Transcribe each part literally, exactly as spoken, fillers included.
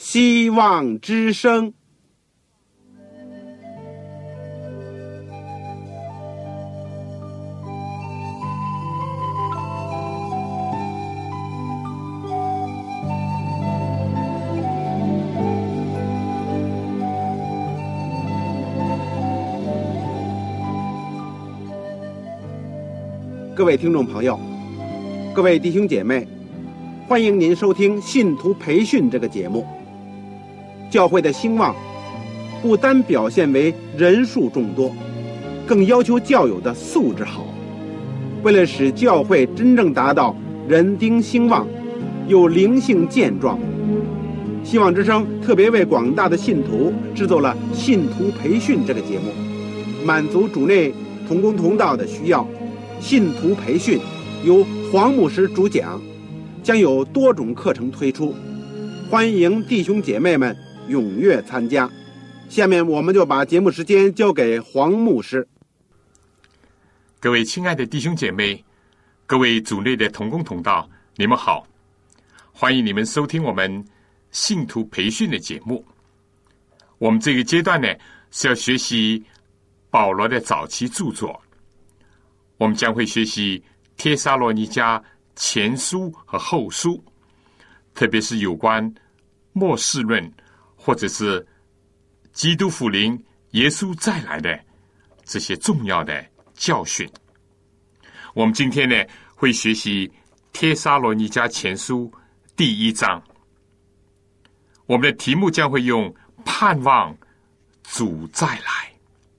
希望之声。各位听众朋友，各位弟兄姐妹，欢迎您收听信徒培训这个节目。教会的兴旺不单表现为人数众多，更要求教友的素质好。为了使教会真正达到人丁兴旺又灵性健壮，希望之声特别为广大的信徒制作了信徒培训这个节目，满足主内同工同道的需要。信徒培训由黄牧师主讲，将有多种课程推出，欢迎弟兄姐妹们踊跃参加。下面我们就把节目时间交给黄牧师。 各位亲爱的弟兄姐妹，各位主内的同工同道，你们好，欢迎你们收听我们信徒培训的节目。我们这个阶段呢，是要学习保罗的早期著作，我们将会学习帖撒罗尼迦前书和后书，特别是有关末世论或者是基督复临、耶稣再来的这些重要的教训。我们今天呢，会学习帖撒罗尼迦前书第一章，我们的题目将会用盼望主再来。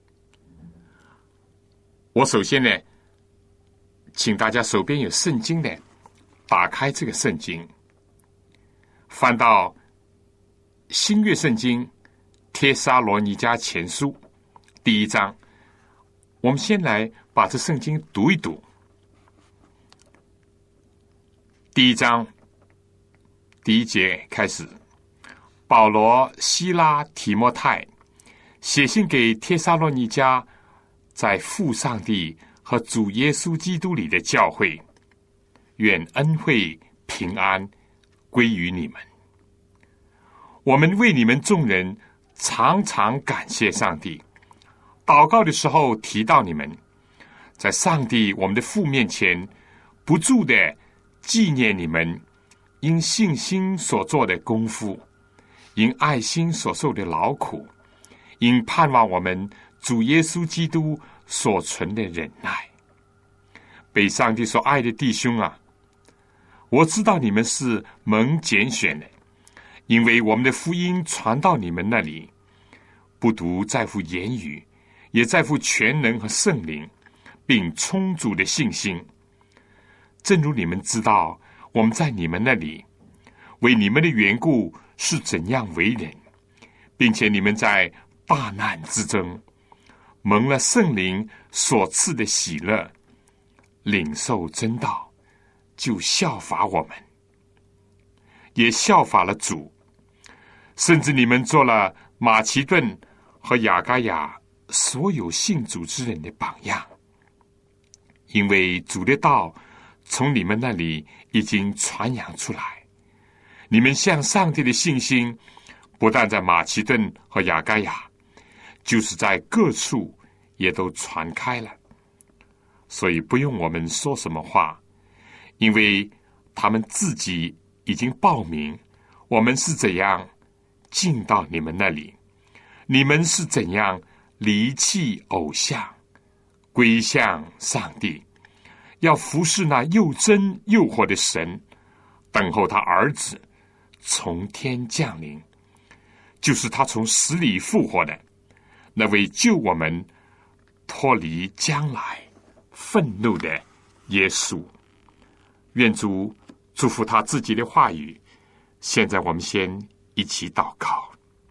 我首先呢，请大家手边有圣经的，打开这个圣经，翻到新约圣经帖撒罗尼迦前书第一章。我们先来把这圣经读一读。第一章第一节开始，保罗、西拉、提摩太写信给帖撒罗尼迦在父上帝和主耶稣基督里的教会，愿恩惠平安归于你们。我们为你们众人常常感谢上帝，祷告的时候提到你们，在上帝我们的父面前不住的纪念你们因信心所做的功夫，因爱心所受的劳苦，因盼望我们主耶稣基督所存的忍耐。被上帝所爱的弟兄啊，我知道你们是蒙拣选的，因为我们的福音传到你们那里，不独在乎言语，也在乎全能和圣灵，并充足的信心。正如你们知道，我们在你们那里为你们的缘故是怎样为人，并且你们在大难之中蒙了圣灵所赐的喜乐，领受真道，就效法我们，也效法了主，甚至你们做了马其顿和亚该亚所有信主之人的榜样。因为主的道从你们那里已经传扬出来，你们向上帝的信心不但在马其顿和亚该亚，就是在各处也都传开了。所以不用我们说什么话，因为他们自己已经报明我们是怎样进到你们那里，你们是怎样离弃偶像，归向上帝，要服侍那又真又活的神，等候他儿子从天降临，就是他从死里复活的那位救我们脱离将来愤怒的耶稣。愿主祝福他自己的话语。现在我们先一起祷告。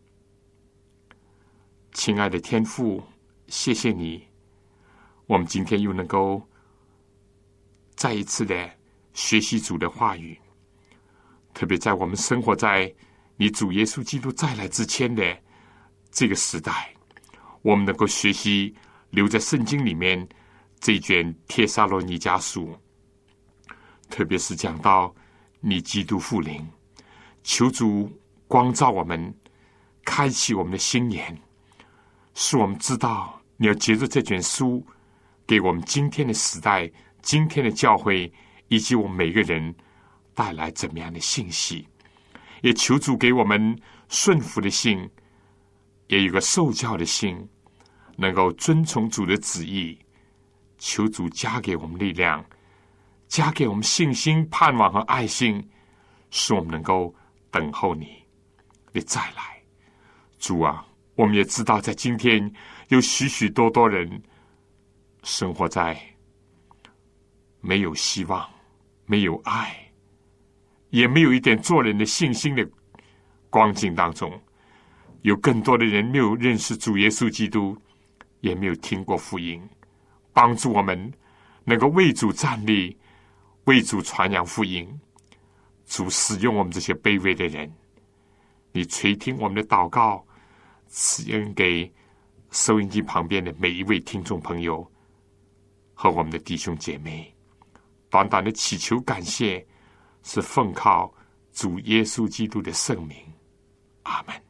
亲爱的天父，谢谢你，我们今天又能够再一次的学习主的话语，特别在我们生活在你主耶稣基督再来之前的这个时代，我们能够学习留在圣经里面这卷帖撒罗尼迦书，特别是讲到你基督复临，求主光照我们，开启我们的心眼，使我们知道你要借着这卷书给我们今天的时代、今天的教会以及我们每个人带来怎么样的信息。也求主给我们顺服的心，也有个受教的心，能够遵从主的旨意。求主加给我们力量，加给我们信心、盼望和爱心，使我们能够等候你你再来。主啊，我们也知道在今天有许许多多人生活在没有希望、没有爱，也没有一点做人的信心的光景当中。有更多的人没有认识主耶稣基督，也没有听过福音。帮助我们能够为主站立，为主传扬福音。主使用我们这些卑微的人，你垂听我们的祷告，赐恩给收音机旁边的每一位听众朋友和我们的弟兄姐妹。短短的祈求感谢，是奉靠主耶稣基督的圣名。阿们。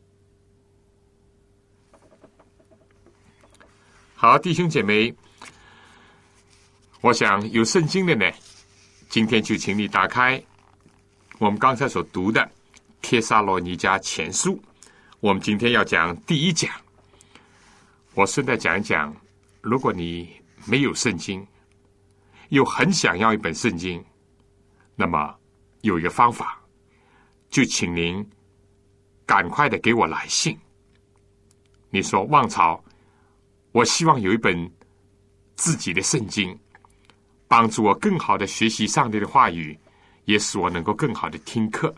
好，弟兄姐妹，我想有圣经的呢，今天就请你打开我们刚才所读的帖撒罗尼迦前书。我们今天要讲第一讲。我顺带讲一讲，如果你没有圣经，又很想要一本圣经，那么有一个方法，就请您赶快的给我来信。你说，望潮，我希望有一本自己的圣经，帮助我更好的学习上帝的话语，也使我能够更好的听课。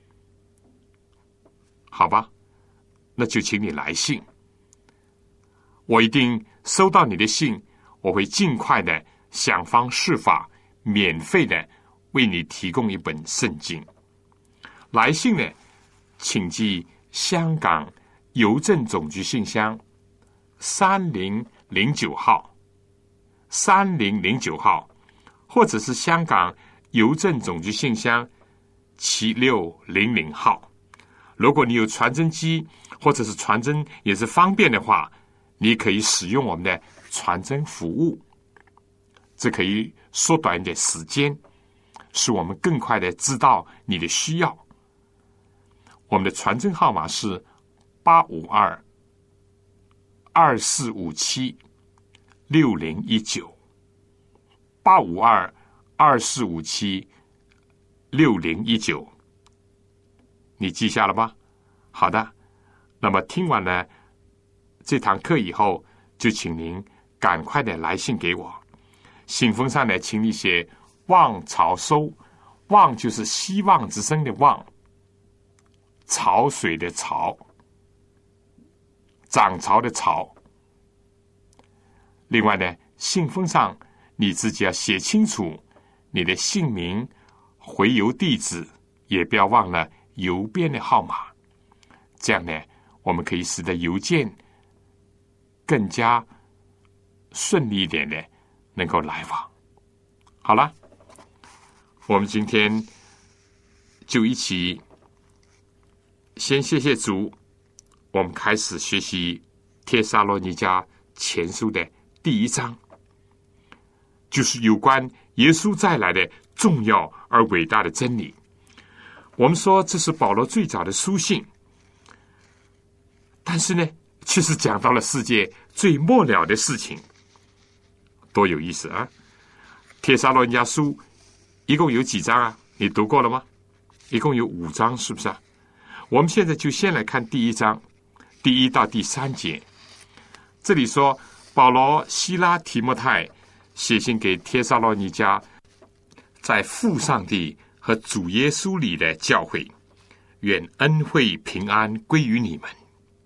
好吧，那就请你来信。我一定收到你的信，我会尽快的想方设法，免费的为你提供一本圣经。来信呢，请寄香港邮政总局信箱三零零九号，三零零九号，或者是香港邮政总局信箱七六零零号。如果你有传真机或者是传真也是方便的话，你可以使用我们的传真服务，这可以缩短一点时间，使我们更快的知道你的需要。我们的传真号码是八五二二四五七六零一九，八五二二四五七六零一九。你记下了吗？好的，那么听完了这堂课以后，就请您赶快的来信给我。信封上呢，请你写望潮收，望就是希望之声的望，潮水的潮，涨潮的潮。另外呢，信封上你自己要写清楚你的姓名、回邮地址，也不要忘了邮编的号码。这样呢，我们可以使得邮件更加顺利一点的能够来往。好了，我们今天就一起先谢谢主，我们开始学习帖撒罗尼迦前书的第一章，就是有关耶稣再来的重要而伟大的真理。我们说这是保罗最早的书信，但是呢，却是讲到了世界最末了的事情，多有意思啊！帖撒罗尼迦书一共有几章啊？你读过了吗？一共有五章，是不是啊？我们现在就先来看第一章，第一到第三节。这里说，保罗、西拉、提摩太写信给帖撒罗尼迦，在父上帝和主耶稣里的教会，愿恩惠平安归于你们。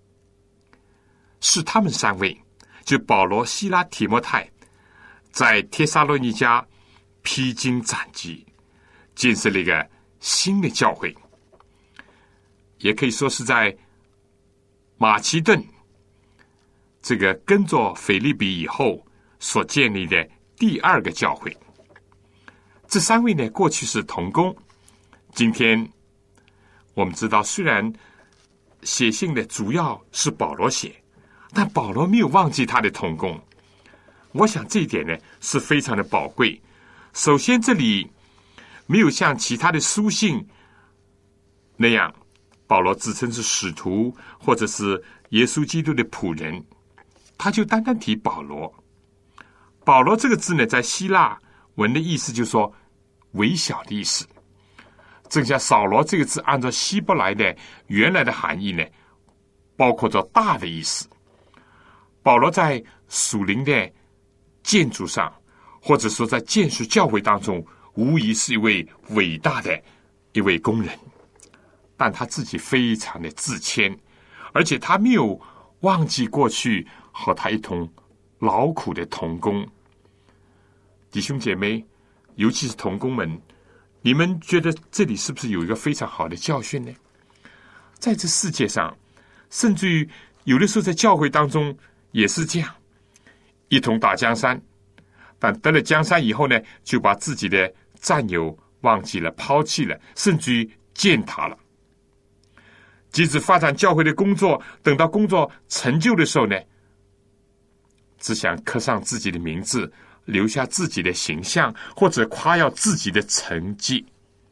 是他们三位，就保罗、西拉、提摩太，在帖撒罗尼迦披荆斩棘，建设了一个新的教会，也可以说是在马其顿这个跟着腓立比以后所建立的第二个教会。这三位呢，过去是同工。今天我们知道，虽然写信的主要是保罗写，但保罗没有忘记他的同工。我想这一点呢是非常的宝贵。首先，这里没有像其他的书信那样，保罗自称是使徒或者是耶稣基督的仆人，他就单单提保罗。保罗这个字呢，在希腊文的意思就是说微小的意思，正像扫罗这个字按照希伯来的原来的含义呢，包括着大的意思。保罗在属灵的建筑上，或者说在建设教会当中，无疑是一位伟大的一位工人，但他自己非常的自谦，而且他没有忘记过去和他一同劳苦的同工。弟兄姐妹，尤其是同工们，你们觉得这里是不是有一个非常好的教训呢？在这世界上，甚至于有的时候在教会当中也是这样，一同打江山，但得了江山以后呢，就把自己的战友忘记了，抛弃了，甚至于践踏了。即使发展教会的工作，等到工作成就的时候呢，只想刻上自己的名字，留下自己的形象，或者夸耀自己的成绩。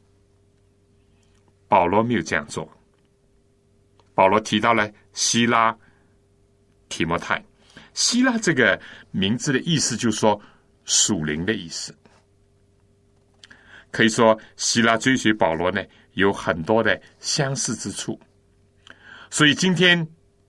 保罗没有这样做。保罗提到了希拉、提摩太。希拉这个名字的意思就是说属灵的意思。可以说希拉追随保罗呢，有很多的相似之处。所以今天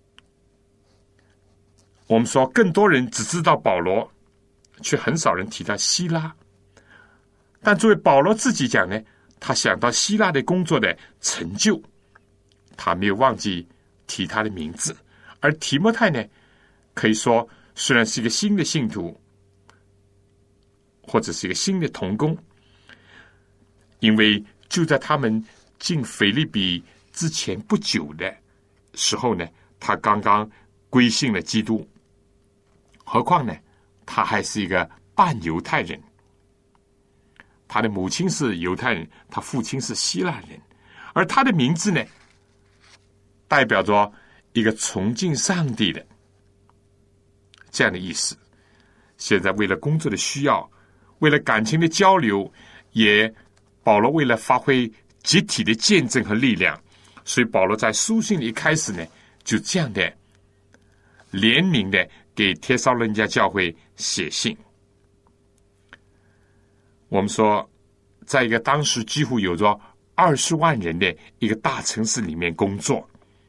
我们说更多人只知道保罗，却很少人提到希拉。但作为保罗自己讲呢，他想到希拉的工作的成就，他没有忘记提他的名字。而提摩太呢，可以说虽然是一个新的信徒，或者是一个新的同工，因为就在他们进腓立比之前不久的时候呢，他刚刚归信了基督。何况呢，他还是一个半犹太人，他的母亲是犹太人，他父亲是希腊人，而他的名字呢，代表着一个崇敬上帝的这样的意思。现在为了工作的需要，为了感情的交流，也保罗为了发挥集体的见证和力量，所以保罗在书信的一开始呢，就这样的联名的给帖撒罗尼迦教会写信。我们说，在一个当时几乎有着二十万人的一个大城市里面工作，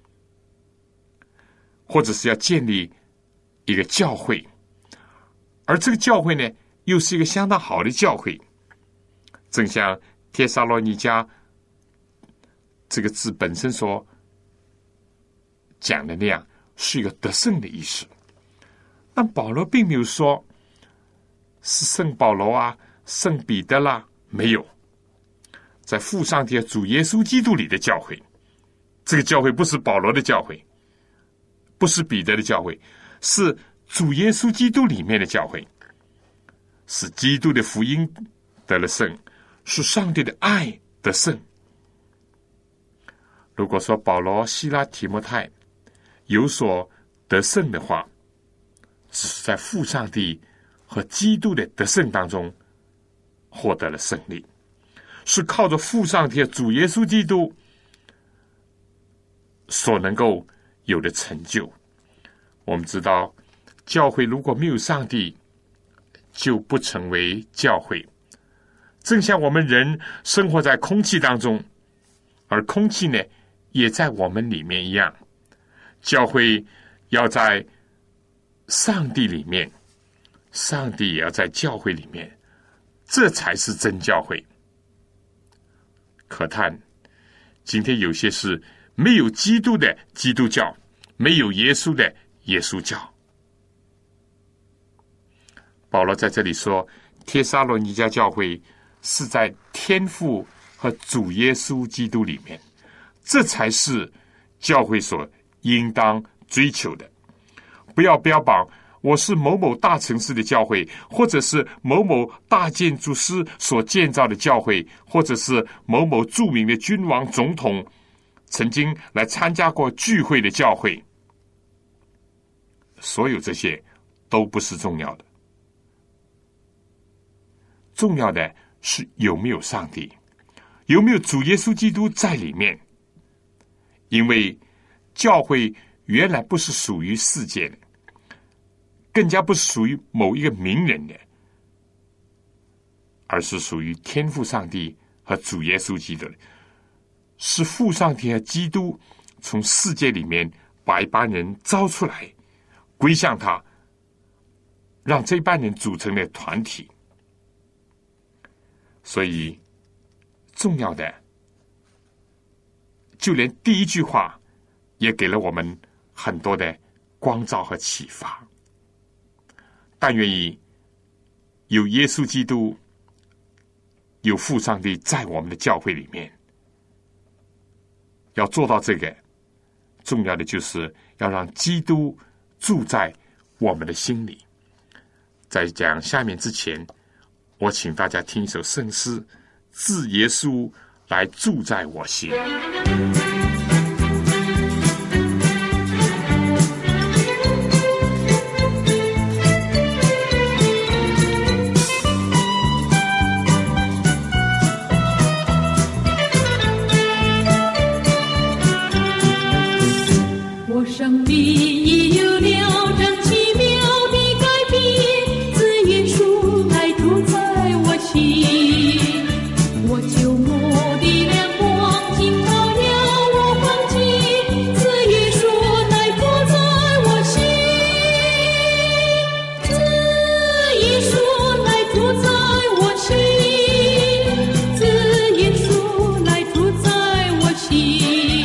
或者是要建立一个教会，而这个教会呢，又是一个相当好的教会。正像帖撒罗尼迦这个字本身所讲的那样，是一个得胜的意思。但保罗并没有说是圣保罗啊、圣彼得啦，没有。在父上帝主耶稣基督里的教会，这个教会不是保罗的教会，不是彼得的教会，是主耶稣基督里面的教会，是基督的福音得了胜，是上帝的爱得胜。如果说保罗、希拉、提摩太有所得胜的话，只是在父上帝和基督的得胜当中获得了胜利，是靠着父上帝主耶稣基督所能够有的成就。我们知道，教会如果没有上帝，就不成为教会。正像我们人生活在空气当中，而空气呢，也在我们里面一样。教会要在上帝里面，上帝也要在教会里面，这才是真教会。可叹今天有些是没有基督的基督教，没有耶稣的耶稣教。保罗在这里说，帖撒罗尼迦教会是在天父和主耶稣基督里面，这才是教会所应当追求的。不要标榜我是某某大城市的教会，或者是某某大建筑师所建造的教会，或者是某某著名的君王总统曾经来参加过聚会的教会，所有这些都不是重要的。重要的是有没有上帝，有没有主耶稣基督在里面。因为教会原来不是属于世界的，更加不是属于某一个名人的，而是属于天父上帝和主耶稣基督的，是父上帝和基督从世界里面把一班人招出来，归向他，让这班人组成的团体。所以重要的，就连第一句话也给了我们很多的光照和启发。但愿意有耶稣基督，有父上帝在我们的教会里面，要做到这个，重要的就是要让基督住在我们的心里。在讲下面之前，我请大家听一首圣诗，自耶稣来住在我心。 我生命已有了真奇妙的改变，自耶稣来住在我心，我旧梦的亮光尽照了我光景，自耶稣来住在我心，自耶稣来住在我心，自耶稣来住在我心。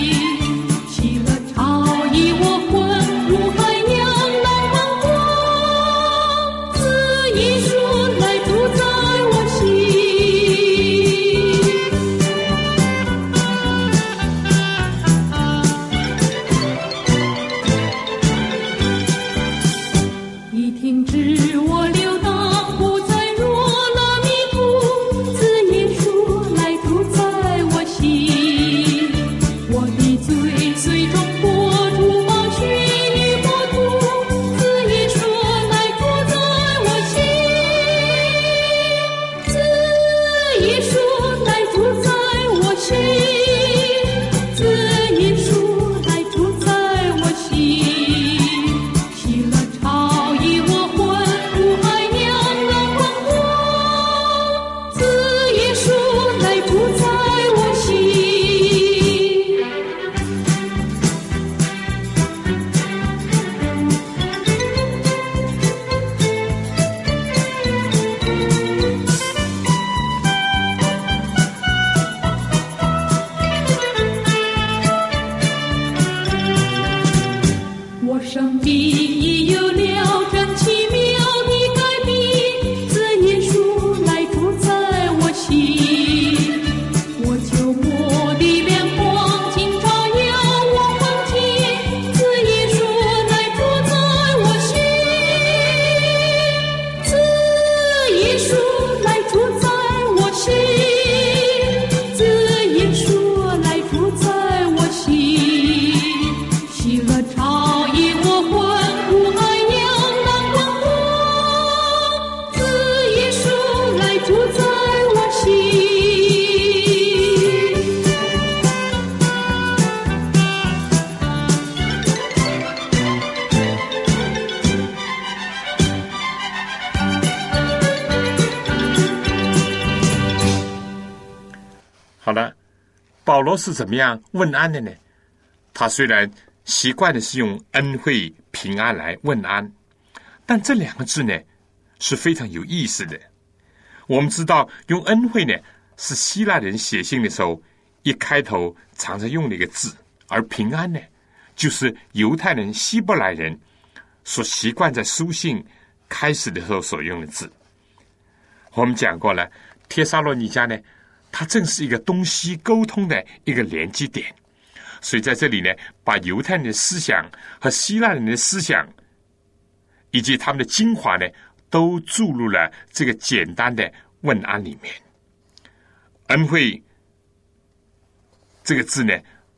好了，保罗是怎么样问安的呢？他虽然习惯的是用恩惠平安来问安，但这两个字呢是非常有意思的。我们知道用恩惠呢是希腊人写信的时候一开头常常用的一个字，而平安呢就是犹太人希伯来人所习惯在书信开始的时候所用的字。我们讲过了，帖撒罗尼迦呢它正是一个东西沟通的一个连接点，所以在这里呢把犹太人的思想和希腊人的思想以及他们的精华呢都注入了这个简单的问安里面。恩惠这个字呢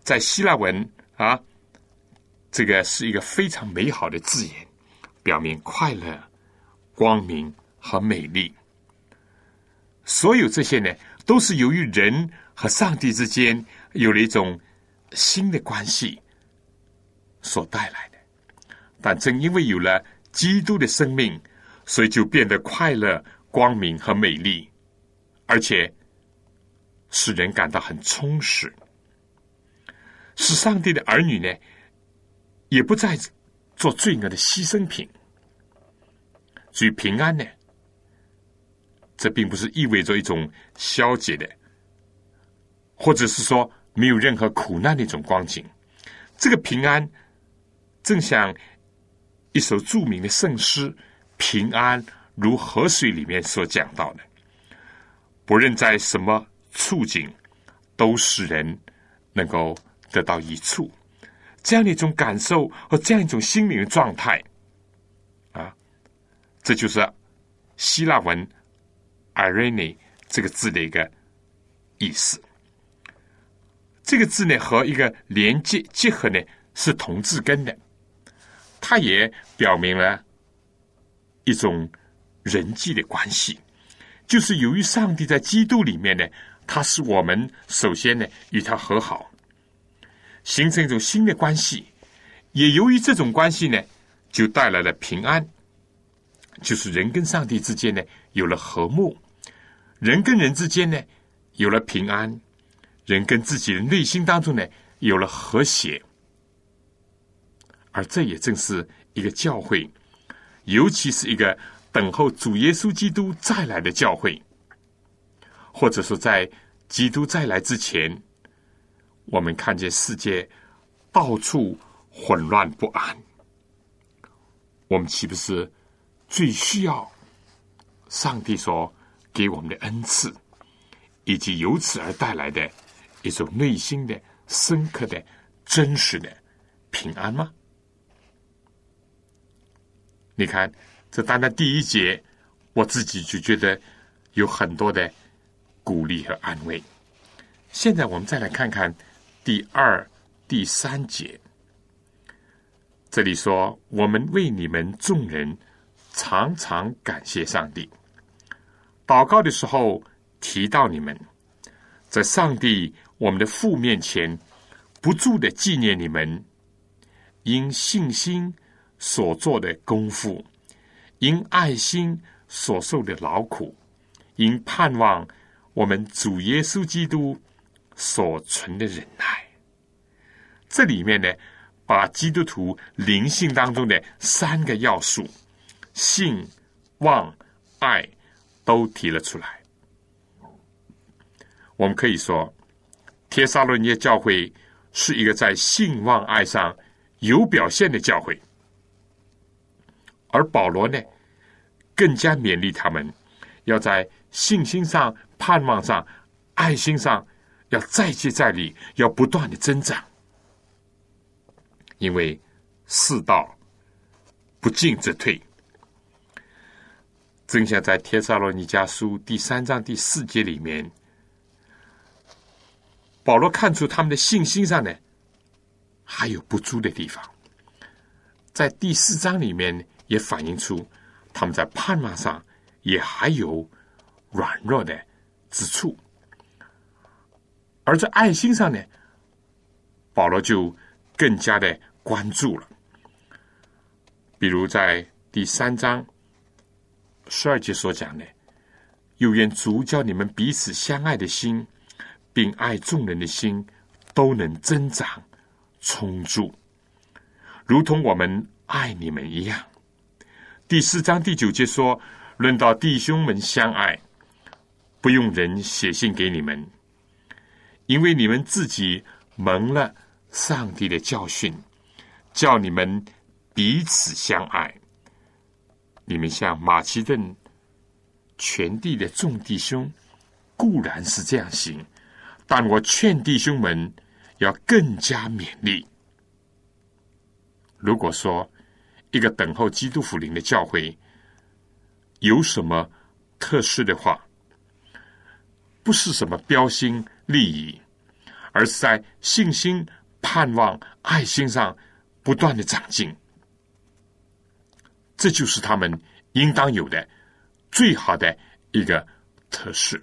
在希腊文啊，这个是一个非常美好的字眼，表明快乐、光明和美丽。所有这些呢，都是由于人和上帝之间有了一种新的关系所带来的。但正因为有了基督的生命，所以就变得快乐、光明和美丽，而且使人感到很充实。使上帝的儿女呢，也不再做罪恶的牺牲品。至于平安呢，这并不是意味着一种消解的，或者是说没有任何苦难的一种光景。这个平安正像一首著名的圣诗《平安如河水》里面所讲到的，不论在什么处境，都使人能够得到益处。这样的一种感受和这样一种心灵的状态啊，这就是希腊文 irene 这个字的一个意思。这个字呢，和一个连接结合呢是同字根的，它也表明了一种人际的关系，就是由于上帝在基督里面呢，他使我们首先呢与他和好，形成一种新的关系，也由于这种关系呢，就带来了平安，就是人跟上帝之间呢有了和睦，人跟人之间呢有了平安，人跟自己的内心当中呢有了和谐。而这也正是一个教会，尤其是一个等候主耶稣基督再来的教会，或者说在基督再来之前，我们看见世界到处混乱不安，我们岂不是最需要上帝所给我们的恩赐，以及由此而带来的一种内心的深刻的真实的平安吗？你看，这单单第一节，我自己就觉得有很多的鼓励和安慰。现在我们再来看看第二、第三节。这里说，我们为你们众人常常感谢上帝，祷告的时候提到你们，在上帝我们的父面前不住的纪念你们，因信心所做的功夫，因爱心所受的劳苦，因盼望我们主耶稣基督所存的忍耐。这里面呢，把基督徒灵性当中的三个要素，信、望、爱，都提了出来。我们可以说，帖撒罗尼迦教会是一个在信、望、爱上有表现的教会，而保罗呢，更加勉励他们要在信心上、盼望上、爱心上要再接再厉，要不断的增长。因为世道不进则退，正像在帖撒罗尼迦书第三章第四节里面，保罗看出他们的信心上呢还有不足的地方，在第四章里面也反映出他们在盼望上也还有软弱的之处，而在爱心上呢，保罗就更加的关注了。比如在第三章十二节所讲的，又愿主叫你们彼此相爱的心，并爱众人的心，都能增长充足，如同我们爱你们一样。第四章第九节说，论到弟兄们相爱，不用人写信给你们，因为你们自己蒙了上帝的教训，叫你们彼此相爱。你们像马其顿全地的众弟兄固然是这样行，但我劝弟兄们要更加勉励。如果说一个等候基督福临的教会有什么特殊的话，不是什么标新立异，而是在信心、 盼望、爱心上不断的长进。这就是他们应当有的最好的一个特质。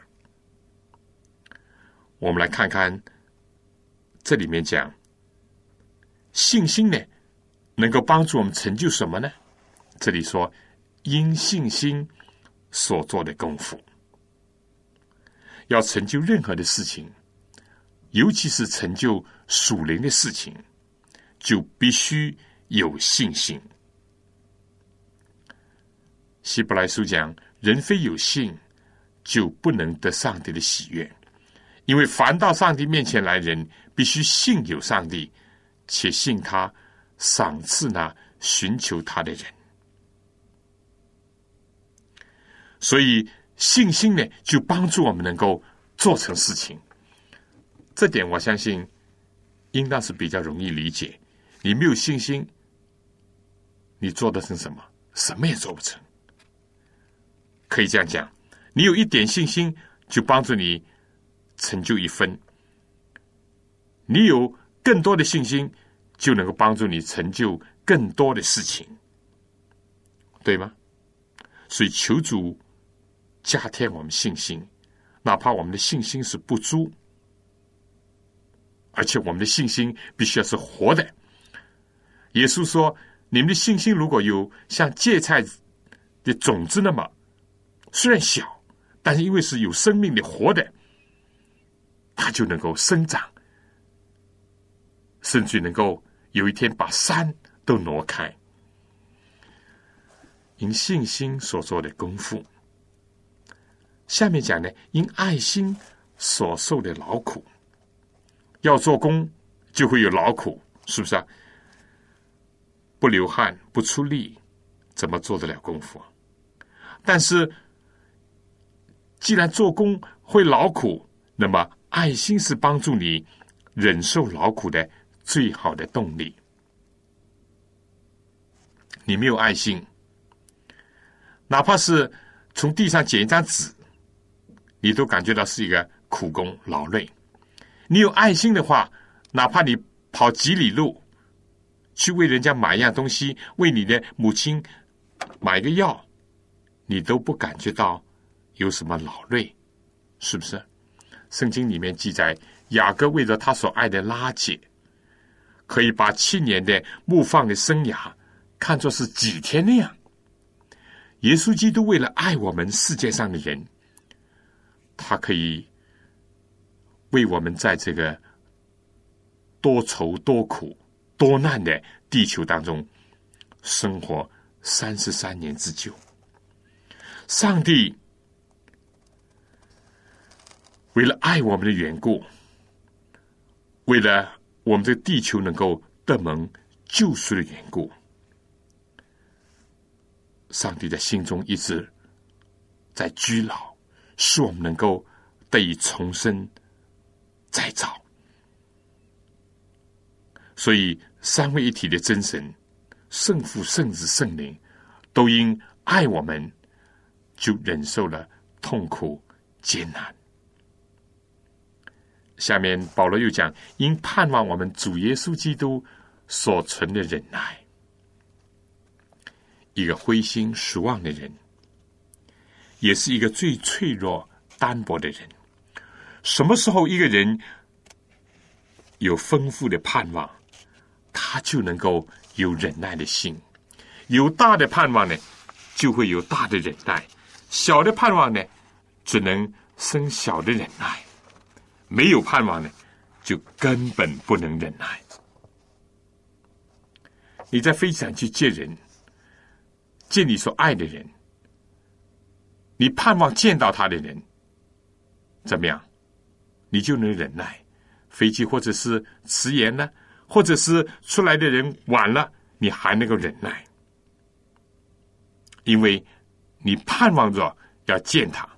我们来看看这里面讲信心呢，能够帮助我们成就什么呢？这里说因信心所做的功夫。要成就任何的事情，尤其是成就属灵的事情，就必须有信心。希伯来书讲，人非有信，就不能得上帝的喜悦。因为凡到上帝面前来人，必须信有上帝，且信他赏赐那寻求他的人。所以信心呢，就帮助我们能够做成事情。这点我相信应当是比较容易理解。你没有信心，你做得成什么？什么也做不成。可以这样讲，你有一点信心，就帮助你成就一分；你有更多的信心，就能够帮助你成就更多的事情，对吗？所以求主加添我们信心，哪怕我们的信心是不足，而且我们的信心必须要是活的。耶稣说，你们的信心如果有像芥菜的种子那么虽然小，但是因为是有生命的活的，它就能够生长，甚至能够有一天把山都挪开。因信心所做的功夫。下面讲呢，因爱心所受的劳苦。要做工就会有劳苦，是不是啊？不流汗不出力，怎么做得了功夫啊？但是既然做工会劳苦，那么爱心是帮助你忍受劳苦的最好的动力。你没有爱心，哪怕是从地上捡一张纸，你都感觉到是一个苦工劳累。你有爱心的话，哪怕你跑几里路去为人家买一样东西，为你的母亲买个药，你都不感觉到有什么劳累，是不是？圣经里面记载，雅各为了他所爱的拉结，可以把七年的牧放的生涯看作是几天那样。耶稣基督为了爱我们世界上的人，他可以为我们在这个多愁多苦多难的地球当中生活三十三年之久。上帝为了爱我们的缘故，为了我们这个地球能够得蒙救赎的缘故，上帝在心中一直在居牢，使我们能够得以重生再造。所以三位一体的真神，圣父圣子圣灵，都因爱我们，就忍受了痛苦艰难。下面保罗又讲，因盼望我们主耶稣基督所存的忍耐。一个灰心失望的人，也是一个最脆弱单薄的人。什么时候一个人有丰富的盼望，他就能够有忍耐的心。有大的盼望呢，就会有大的忍耐；小的盼望呢，只能生小的忍耐。没有盼望呢，就根本不能忍耐。你在飞机上去接人，见你所爱的人，你盼望见到他的人，怎么样？你就能忍耐。飞机或者是迟延呢，或者是出来的人晚了，你还能够忍耐，因为你盼望着要见他。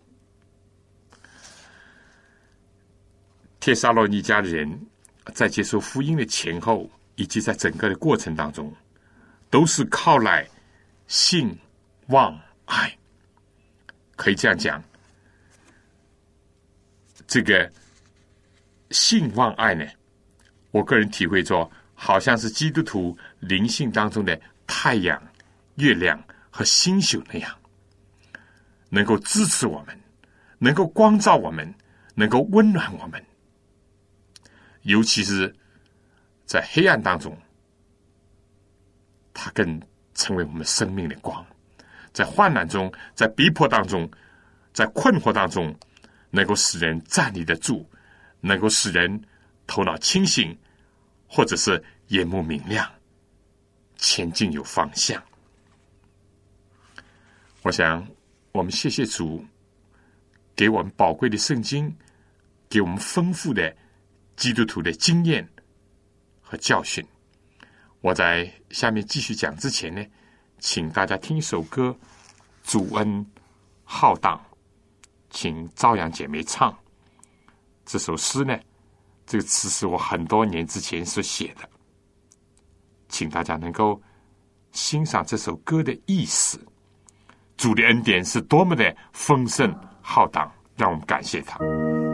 帖撒罗尼迦的人在接受福音的前后，以及在整个的过程当中，都是靠来信望爱。可以这样讲，这个信望爱呢， 我个人体会着，好像是基督徒灵性当中的太阳、月亮和星宿那样，能够支持我们，能够光照我们，能够温暖我们。尤其是在黑暗当中，它更成为我们生命的光。在患难中，在逼迫当中，在困惑当中，能够使人站立得住，能够使人头脑清醒，或者是眼目明亮，前进有方向。我想我们谢谢主给我们宝贵的圣经，给我们丰富的基督徒的经验和教训。我在下面继续讲之前呢，请大家听一首歌，主恩浩荡，请朝阳姐妹唱。这首诗呢，这个词是我很多年之前所写的，请大家能够欣赏这首歌的意思。主的恩典是多么的丰盛浩荡，让我们感谢他。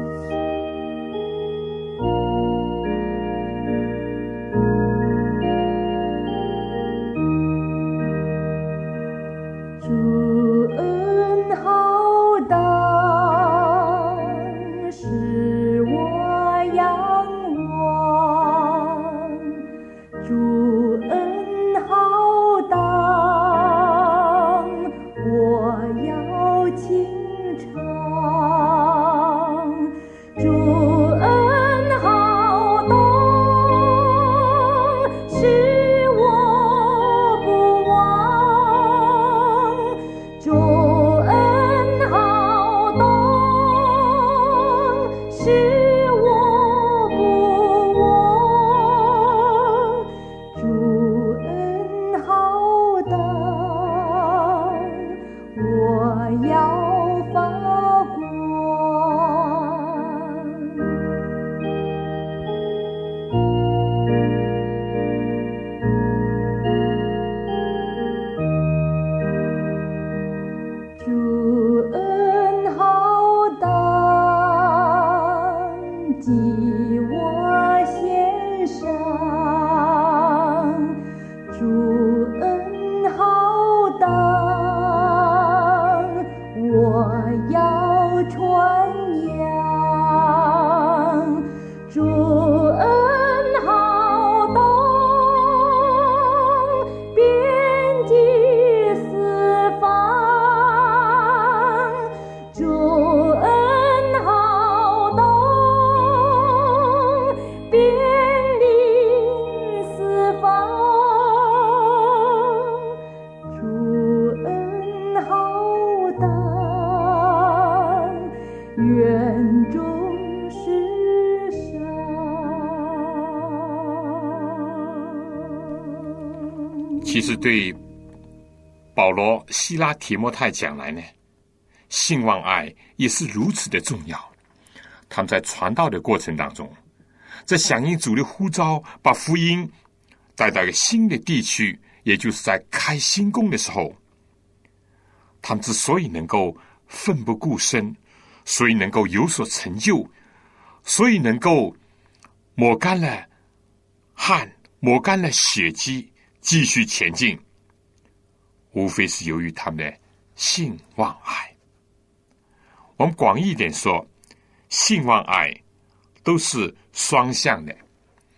其实对保罗、希拉、提摩太讲来呢，信望爱也是如此的重要。他们在传道的过程当中，在响应主的呼召，把福音带到一个新的地区，也就是在开新工的时候，他们之所以能够奋不顾身，所以能够有所成就，所以能够抹干了汗，抹干了血迹，继续前进，无非是由于他们的信望爱。我们广义一点说，信望爱都是双向的，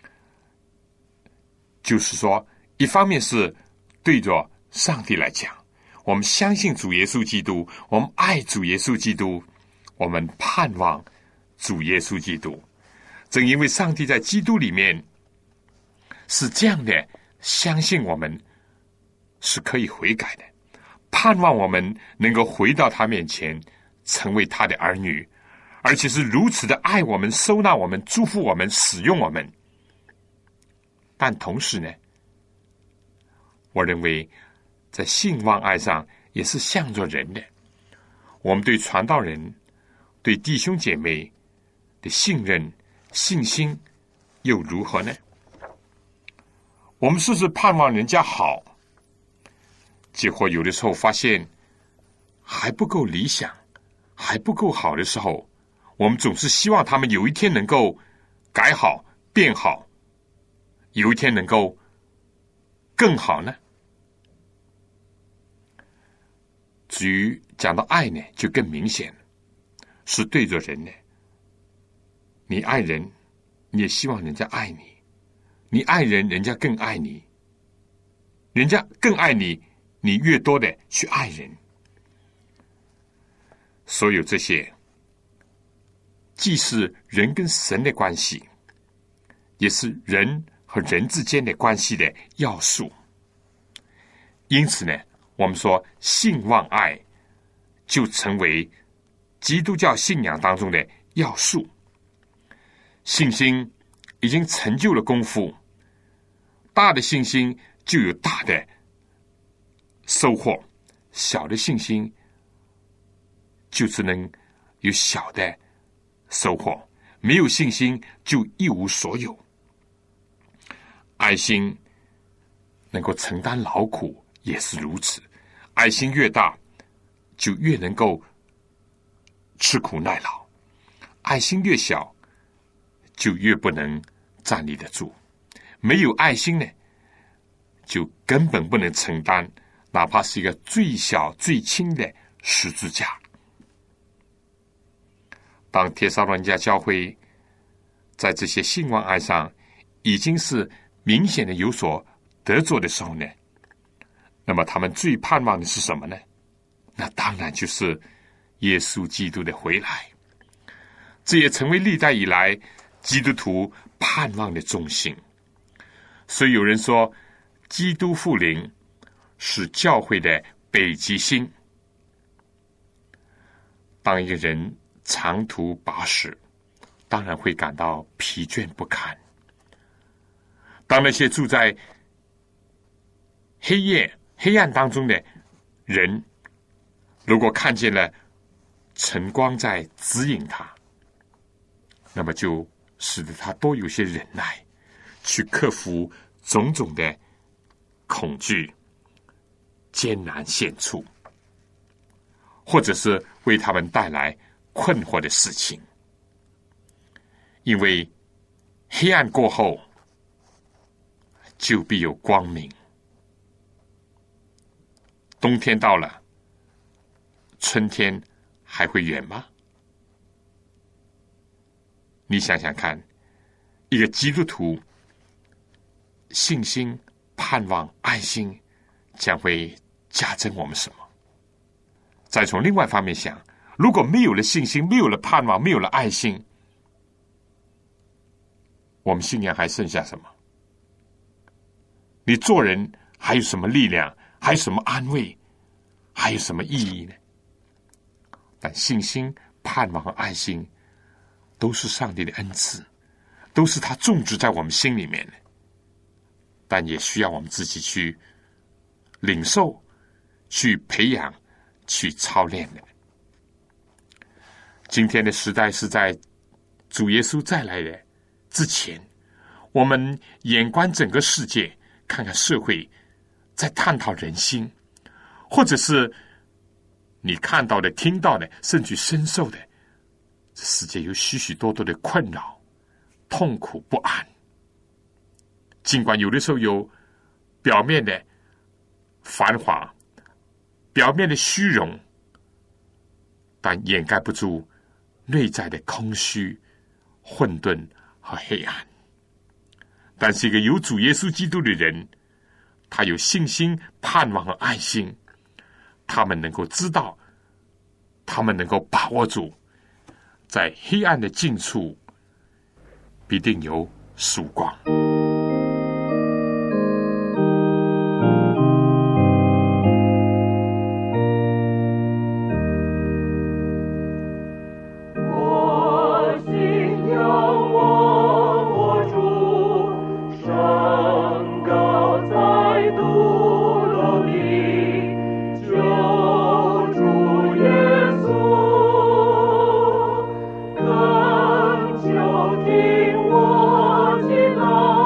就是说一方面是对着上帝来讲，我们相信主耶稣基督，我们爱主耶稣基督，我们盼望主耶稣基督。正因为上帝在基督里面是这样的，相信我们是可以悔改的，盼望我们能够回到他面前，成为他的儿女，而且是如此的爱我们、收纳我们、祝福我们、使用我们。但同时呢，我认为在信望爱上也是向着人的。我们对传道人、对弟兄姐妹的信任、信心又如何呢？我们是不是盼望人家好，结果有的时候发现还不够理想，还不够好的时候，我们总是希望他们有一天能够改好、变好， 有一天能够更好呢？至于讲到爱呢，就更明显了，是对着人呢。你爱人，你也希望人家爱你；你爱人，人家更爱你；人家更爱你，你越多的去爱人。所有这些，既是人跟神的关系，也是人和人之间的关系的要素。因此呢，我们说信望爱就成为基督教信仰当中的要素。信心已经成就了功夫，大的信心就有大的收获，小的信心就只能有小的收获，没有信心就一无所有。爱心能够承担劳苦也是如此，爱心越大就越能够吃苦耐劳，爱心越小就越不能站立得住。没有爱心呢，就根本不能承担哪怕是一个最小最轻的十字架。当帖撒罗尼迦教会在这些信望爱上已经是明显的有所得着的时候呢，那么他们最盼望的是什么呢？那当然就是耶稣基督的回来。这也成为历代以来基督徒盼望的中心。所以有人说，基督复临是教会的北极星。当一个人长途跋涉，当然会感到疲倦不堪。当那些住在黑夜黑暗当中的人，如果看见了晨光在指引他，那么就使得他多有些忍耐，去克服种种的恐惧、艰难险处，或者是为他们带来困惑的事情。因为黑暗过后就必有光明。冬天到了，春天还会远吗？你想想看，一个基督徒信心、盼望、爱心将会加增我们什么？再从另外一方面想，如果没有了信心，没有了盼望，没有了爱心，我们信仰还剩下什么？你做人还有什么力量？还有什么安慰？还有什么意义呢？但信心、盼望和爱心都是上帝的恩赐，都是他种植在我们心里面的，但也需要我们自己去领受、去培养、去操练的。今天的时代是在主耶稣再来的之前，我们眼观整个世界，看看社会，在探讨人心，或者是你看到的、听到的，甚至深受的，这世界有许许多多的困扰、痛苦、不安。尽管有的时候有表面的繁华、表面的虚荣，但掩盖不住内在的空虚、混沌和黑暗。但是一个有主耶稣基督的人，他有信心、盼望和爱心，他们能够知道，他们能够把握住，在黑暗的尽处必定有曙光。 就听我祈祷。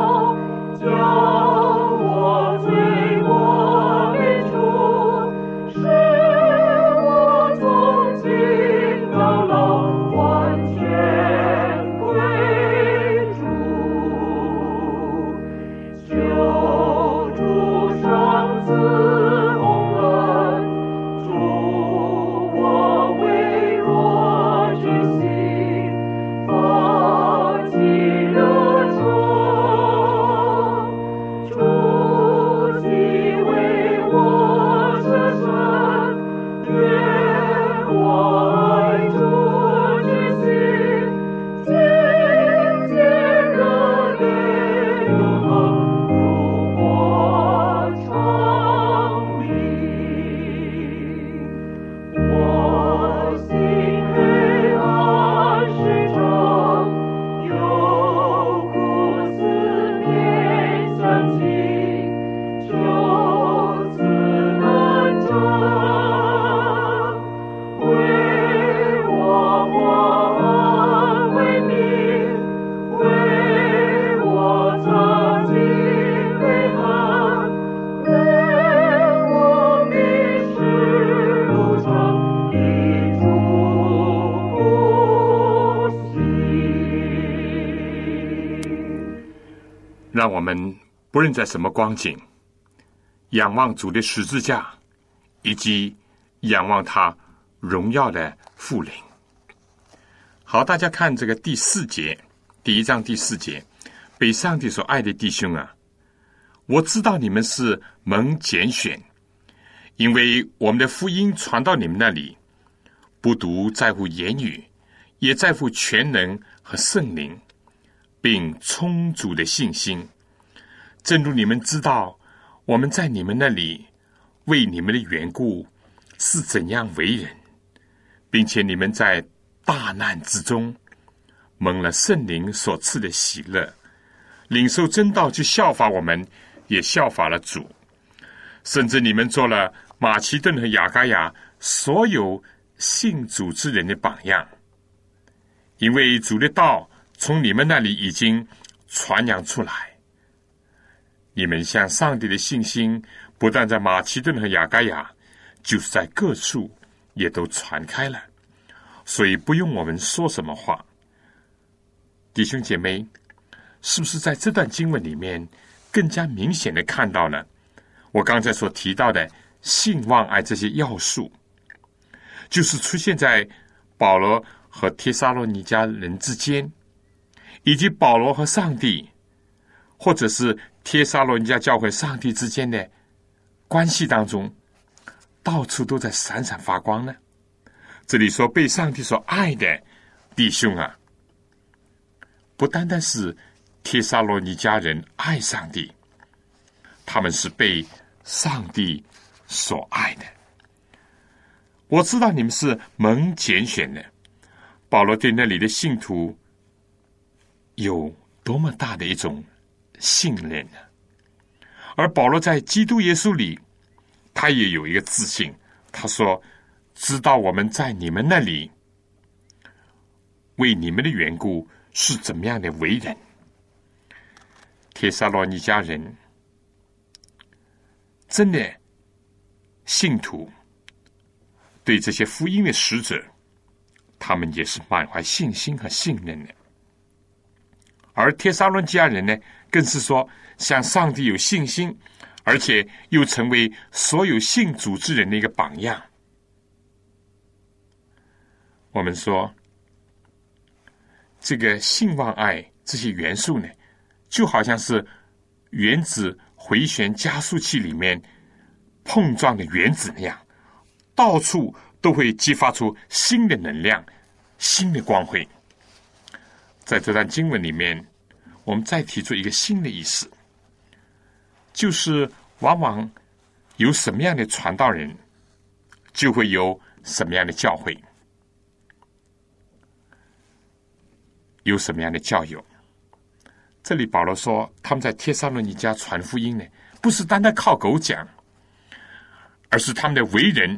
让我们不论在什么光景，仰望主的十字架，以及仰望他荣耀的复临。好，大家看这个第四节，第一章第四节，被上帝所爱的弟兄啊，我知道你们是蒙拣选，因为我们的福音传到你们那里，不独在乎言语，也在乎全能和圣灵，并充足的信心。正如你们知道，我们在你们那里为你们的缘故是怎样为人，并且你们在大难之中蒙了圣灵所赐的喜乐，领受真道去效法我们，也效法了主。甚至你们做了马其顿和亚该亚所有信主之人的榜样，因为主的道从你们那里已经传扬出来。你们向上帝的信心不但在马其顿和亚该亚，就是在各处也都传开了，所以不用我们说什么话。弟兄姐妹，是不是在这段经文里面更加明显的看到了我刚才所提到的信望爱这些要素，就是出现在保罗和帖撒罗尼迦人之间，以及保罗和上帝，或者是帖撒罗尼迦教会上帝之间的关系当中，到处都在闪闪发光呢？这里说被上帝所爱的弟兄啊，不单单是帖撒罗尼迦人爱上帝，他们是被上帝所爱的。我知道你们是蒙拣选的。保罗对那里的信徒有多么大的一种信任呢？而保罗在基督耶稣里，他也有一个自信，他说知道我们在你们那里为你们的缘故是怎么样的为人。帖撒罗尼迦人真的信徒对这些福音的使者，他们也是满怀信心和信任的。而帖撒罗尼迦人呢，更是说向上帝有信心，而且又成为所有信主之人的一个榜样。我们说这个信望爱这些元素呢，就好像是原子回旋加速器里面碰撞的原子那样，到处都会激发出新的能量，新的光辉。在这段经文里面，我们再提出一个新的意思，就是往往有什么样的传道人，就会有什么样的教会，有什么样的教友。这里保罗说他们在帖撒罗尼迦传福音呢，不是单单靠狗讲，而是他们的为人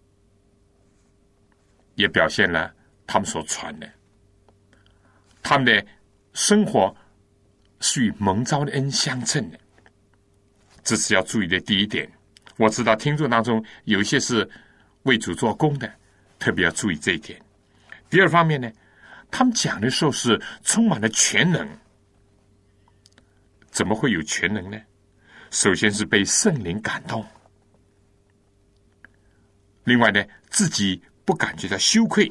也表现了他们所传的。他们的生活是与蒙召的恩相称的，这是要注意的第一点。我知道听众当中有一些是为主做工的，特别要注意这一点。第二方面呢，他们讲的时候是充满了全能。怎么会有全能呢？首先是被圣灵感动，另外呢，自己不感觉到羞愧。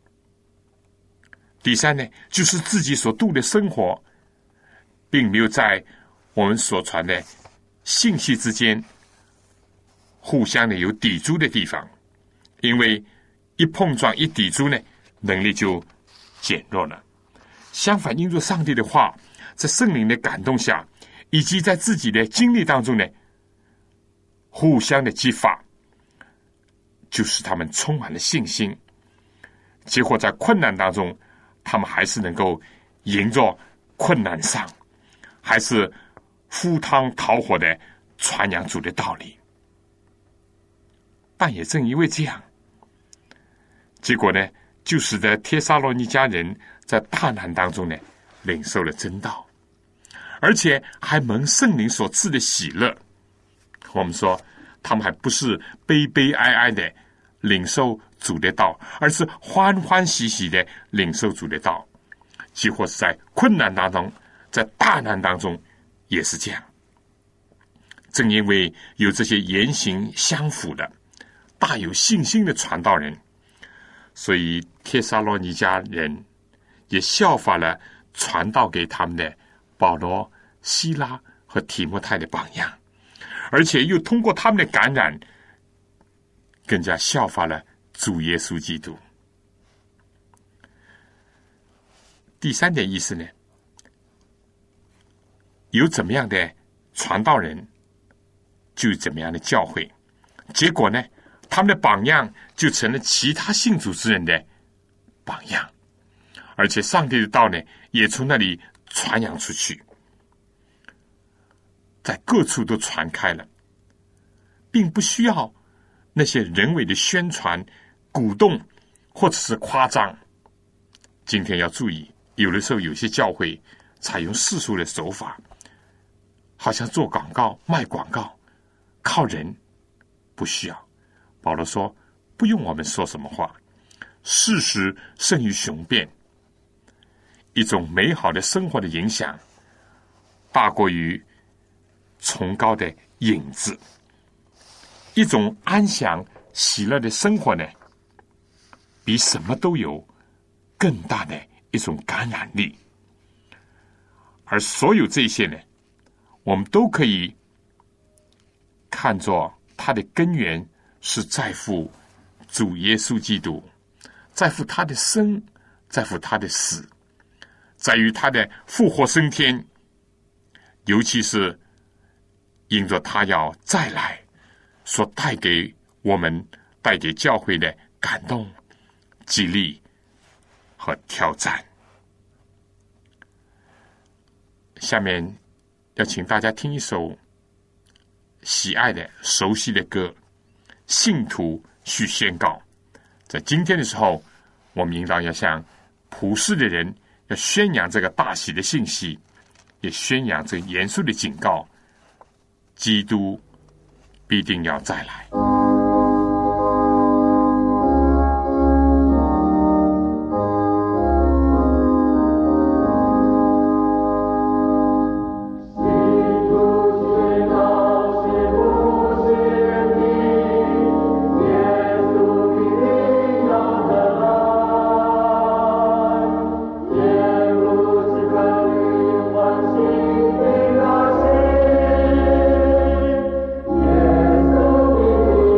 第三呢，就是自己所度的生活并没有在我们所传的信息之间互相的有抵触的地方，因为一碰撞一抵触呢，能力就减弱了。相反，因着上帝的话，在圣灵的感动下，以及在自己的经历当中呢，互相的激发，就使他们充满了信心。结果在困难当中，他们还是能够迎着困难上，还是赴汤蹈火的传扬主的道理。但也正因为这样，结果呢，就使得帖撒罗尼迦人在大难当中呢，领受了真道，而且还蒙圣灵所赐的喜乐。我们说他们还不是悲悲哀哀的领受主的道，而是欢欢喜喜的领受主的道，几乎是在困难当中，在大难当中也是这样。正因为有这些言行相符的、大有信心的传道人，所以帖撒罗尼迦人也效法了传道给他们的保罗、希拉和提摩太的榜样，而且又通过他们的感染，更加效法了主耶稣基督。第三点意思呢，有怎么样的传道人，就有怎么样的教会。结果呢，他们的榜样就成了其他信主之人的榜样，而且上帝的道呢，也从那里传扬出去，在各处都传开了，并不需要那些人为的宣传、鼓动或者是夸张。今天要注意，有的时候有些教会采用世俗的手法，好像做广告、卖广告，靠人，不需要。保罗说，不用我们说什么话，事实胜于雄辩。一种美好的生活的影响，大过于崇高的影子。一种安详喜乐的生活呢，比什么都有更大的一种感染力。而所有这些呢，我们都可以看作它的根源是在乎主耶稣基督，在乎他的生，在乎他的死，在于他的复活升天，尤其是因着他要再来所带给我们、带给教会的感动、激励和挑战。下面要请大家听一首喜爱的、熟悉的歌《信徒去宣告》。在今天的时候，我们应当要向普世的人要宣扬这个大喜的信息，也宣扬这个严肃的警告：基督必定要再来。 耶稣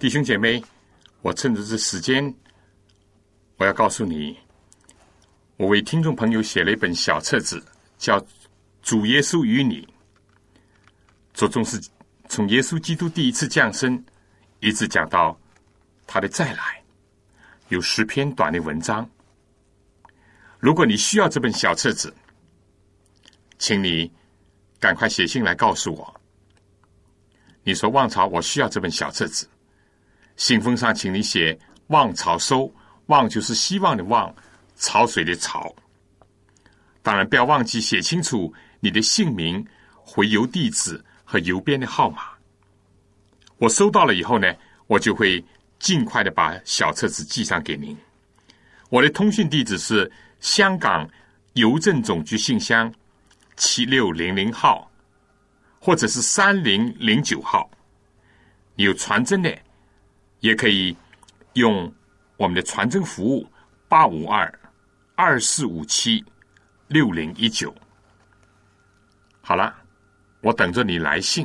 弟兄姐妹，我趁着这时间，我要告诉你，我为听众朋友写了一本小册子，叫《主耶稣与你》，着重是从耶稣基督第一次降生，一直讲到他的再来，有十篇短的文章。如果你需要这本小册子，请你赶快写信来告诉我。你说望潮，我需要这本小册子。信封上请你写望潮收，望就是希望的望，潮水的潮。当然不要忘记写清楚你的姓名、回邮地址和邮编的号码。我收到了以后呢，我就会尽快的把小册子寄上给您。我的通讯地址是香港邮政总局信箱七六零零号，或者是三零零九号。你有传真的，也可以用我们的传真服务八五二二四五七六零一九。好了，我等着你来信。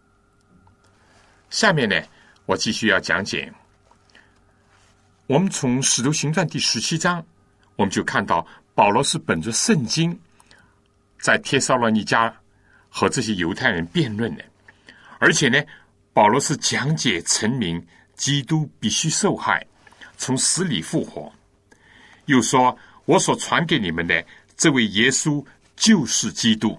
下面呢，我继续要讲解。我们从《使徒行传》第十七章，我们就看到保罗是本着圣经，在帖撒罗尼迦和这些犹太人辩论的，而且呢，保罗是讲解陈明基督必须受害，从死里复活，又说我所传给你们的这位耶稣就是基督。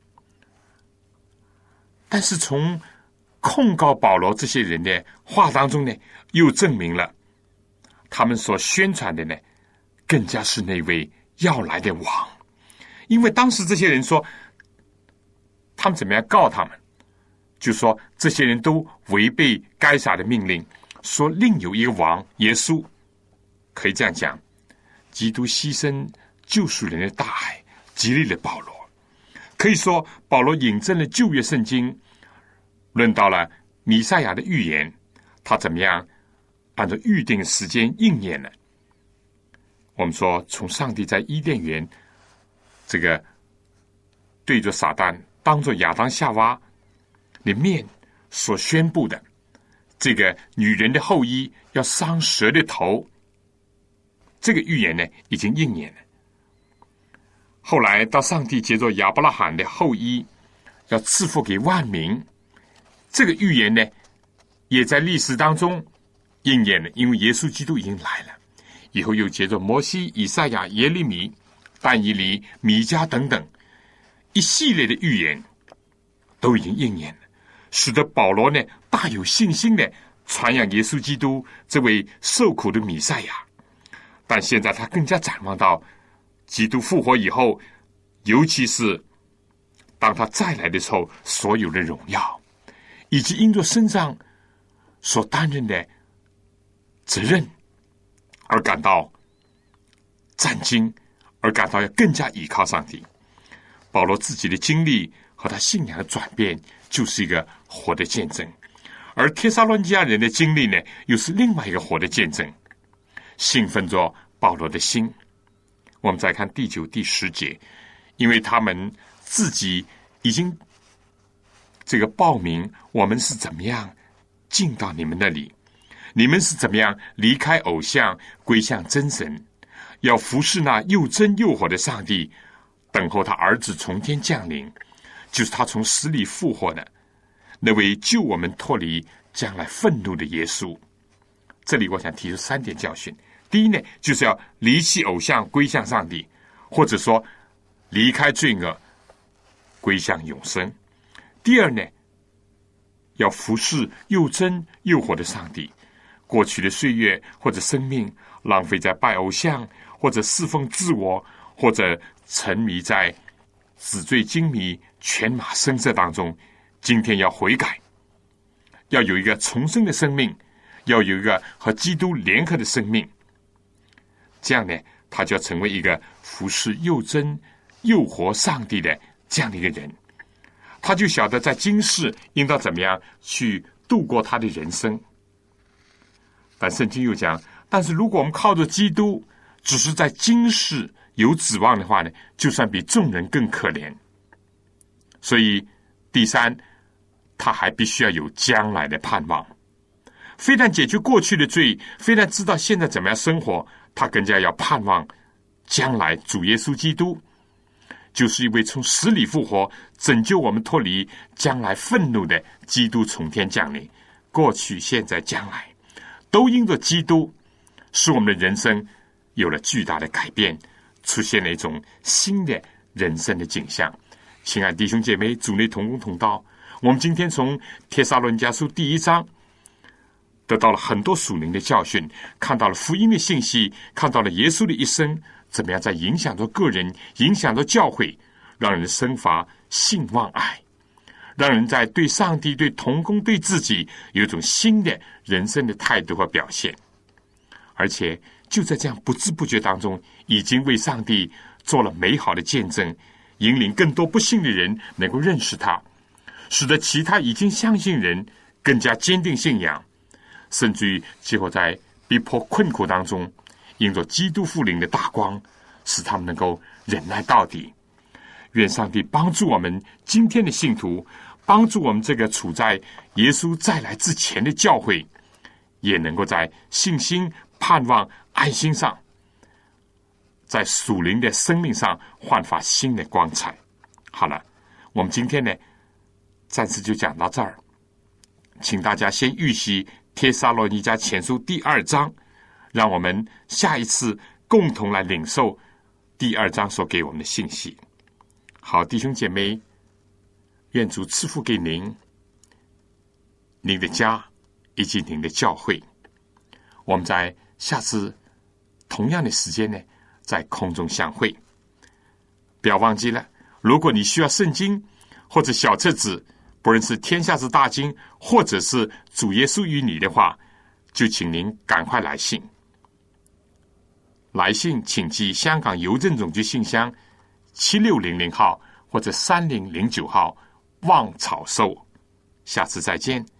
但是从控告保罗这些人的话当中呢，又证明了他们所宣传的呢，更加是那位要来的王。因为当时这些人说，他们怎么样告他们，就说这些人都违背该撒的命令，说另有一个王耶稣。可以这样讲，基督牺牲救赎人的大爱激励了保罗。可以说保罗引证了旧约圣经，论到了弥赛亚的预言，他怎么样按照预定时间应验了。我们说从上帝在伊甸园这个对着撒旦当作亚当夏娃的面所宣布的，这个女人的后裔要伤蛇的头，这个预言呢已经应验了。后来到上帝借着亚伯拉罕的后裔要赐福给万民，这个预言呢也在历史当中应验了，因为耶稣基督已经来了。以后又借着摩西、以赛亚、耶利米、但以理、米迦等等一系列的预言都已经应验了，使得保罗呢大有信心的传扬耶稣基督这位受苦的弥赛亚。但现在他更加展望到基督复活以后，尤其是当他再来的时候，所有的荣耀，以及因着身上所担任的责任而感到战惊，而感到要更加依靠上帝。保罗自己的经历和他信仰的转变，就是一个活的见证。而帖撒罗尼迦人的经历呢，又是另外一个活的见证，兴奋着保罗的心。我们再看第九、第十节，因为他们自己已经这个报名，我们是怎么样进到你们那里，你们是怎么样离开偶像，归向真神，要服侍那又真又活的上帝，等候他儿子从天降临，就是他从死里复活的那位救我们脱离将来愤怒的耶稣。这里我想提出三点教训。第一呢，就是要离弃偶像，归向上帝，或者说离开罪恶，归向永生。第二呢，要服侍又真又活的上帝。过去的岁月或者生命浪费在拜偶像，或者侍奉自我，或者沉迷在纸醉金迷、犬马声色当中，今天要悔改，要有一个重生的生命，要有一个和基督联合的生命。这样呢，他就要成为一个服侍又真又活上帝的这样的一个人。他就晓得在今世应当怎么样去度过他的人生。但圣经又讲，但是如果我们靠着基督只是在今世有指望的话呢，就算比众人更可怜。所以第三，他还必须要有将来的盼望。 非但解决过去的罪，非但知道现在怎么样生活，他更加要盼望将来主耶稣基督就是一位从死里复活，拯救我们脱离将来愤怒的基督从天降临。过去、现在、将来，都因着基督，使我们的人生有了巨大的改变，出现了一种新的人生的景象。亲爱的弟兄姐妹，主内同工同道，我们今天从帖撒罗尼迦书第一章得到了很多属灵的教训，看到了福音的信息，看到了耶稣的一生怎么样在影响着个人，影响着教会，让人生发信望爱，让人在对上帝、对同工、对自己有一种新的人生的态度和表现。而且就在这样不知不觉当中，已经为上帝做了美好的见证，引领更多不信的人能够认识他，使得其他已经相信人更加坚定信仰，甚至于结果在逼迫困苦当中，因着基督复临的大光，使他们能够忍耐到底。愿上帝帮助我们今天的信徒，帮助我们这个处在耶稣再来之前的教会，也能够在信心、盼望、爱心上，在属灵的生命上焕发新的光彩。好了，我们今天呢暂时就讲到这儿，请大家先预习帖撒罗尼迦前书第二章，让我们下一次共同来领受第二章所给我们的信息。好，弟兄姐妹，愿主赐福给您、您的家以及您的教会。我们在下次同样的时间呢，在空中相会。不要忘记了，如果你需要圣经或者小册子，不论是天下之大经或者是主耶稣与你的话，就请您赶快来信。来信请寄香港邮政总局信箱七六零零号或者三零零九号，望草收。下次再见。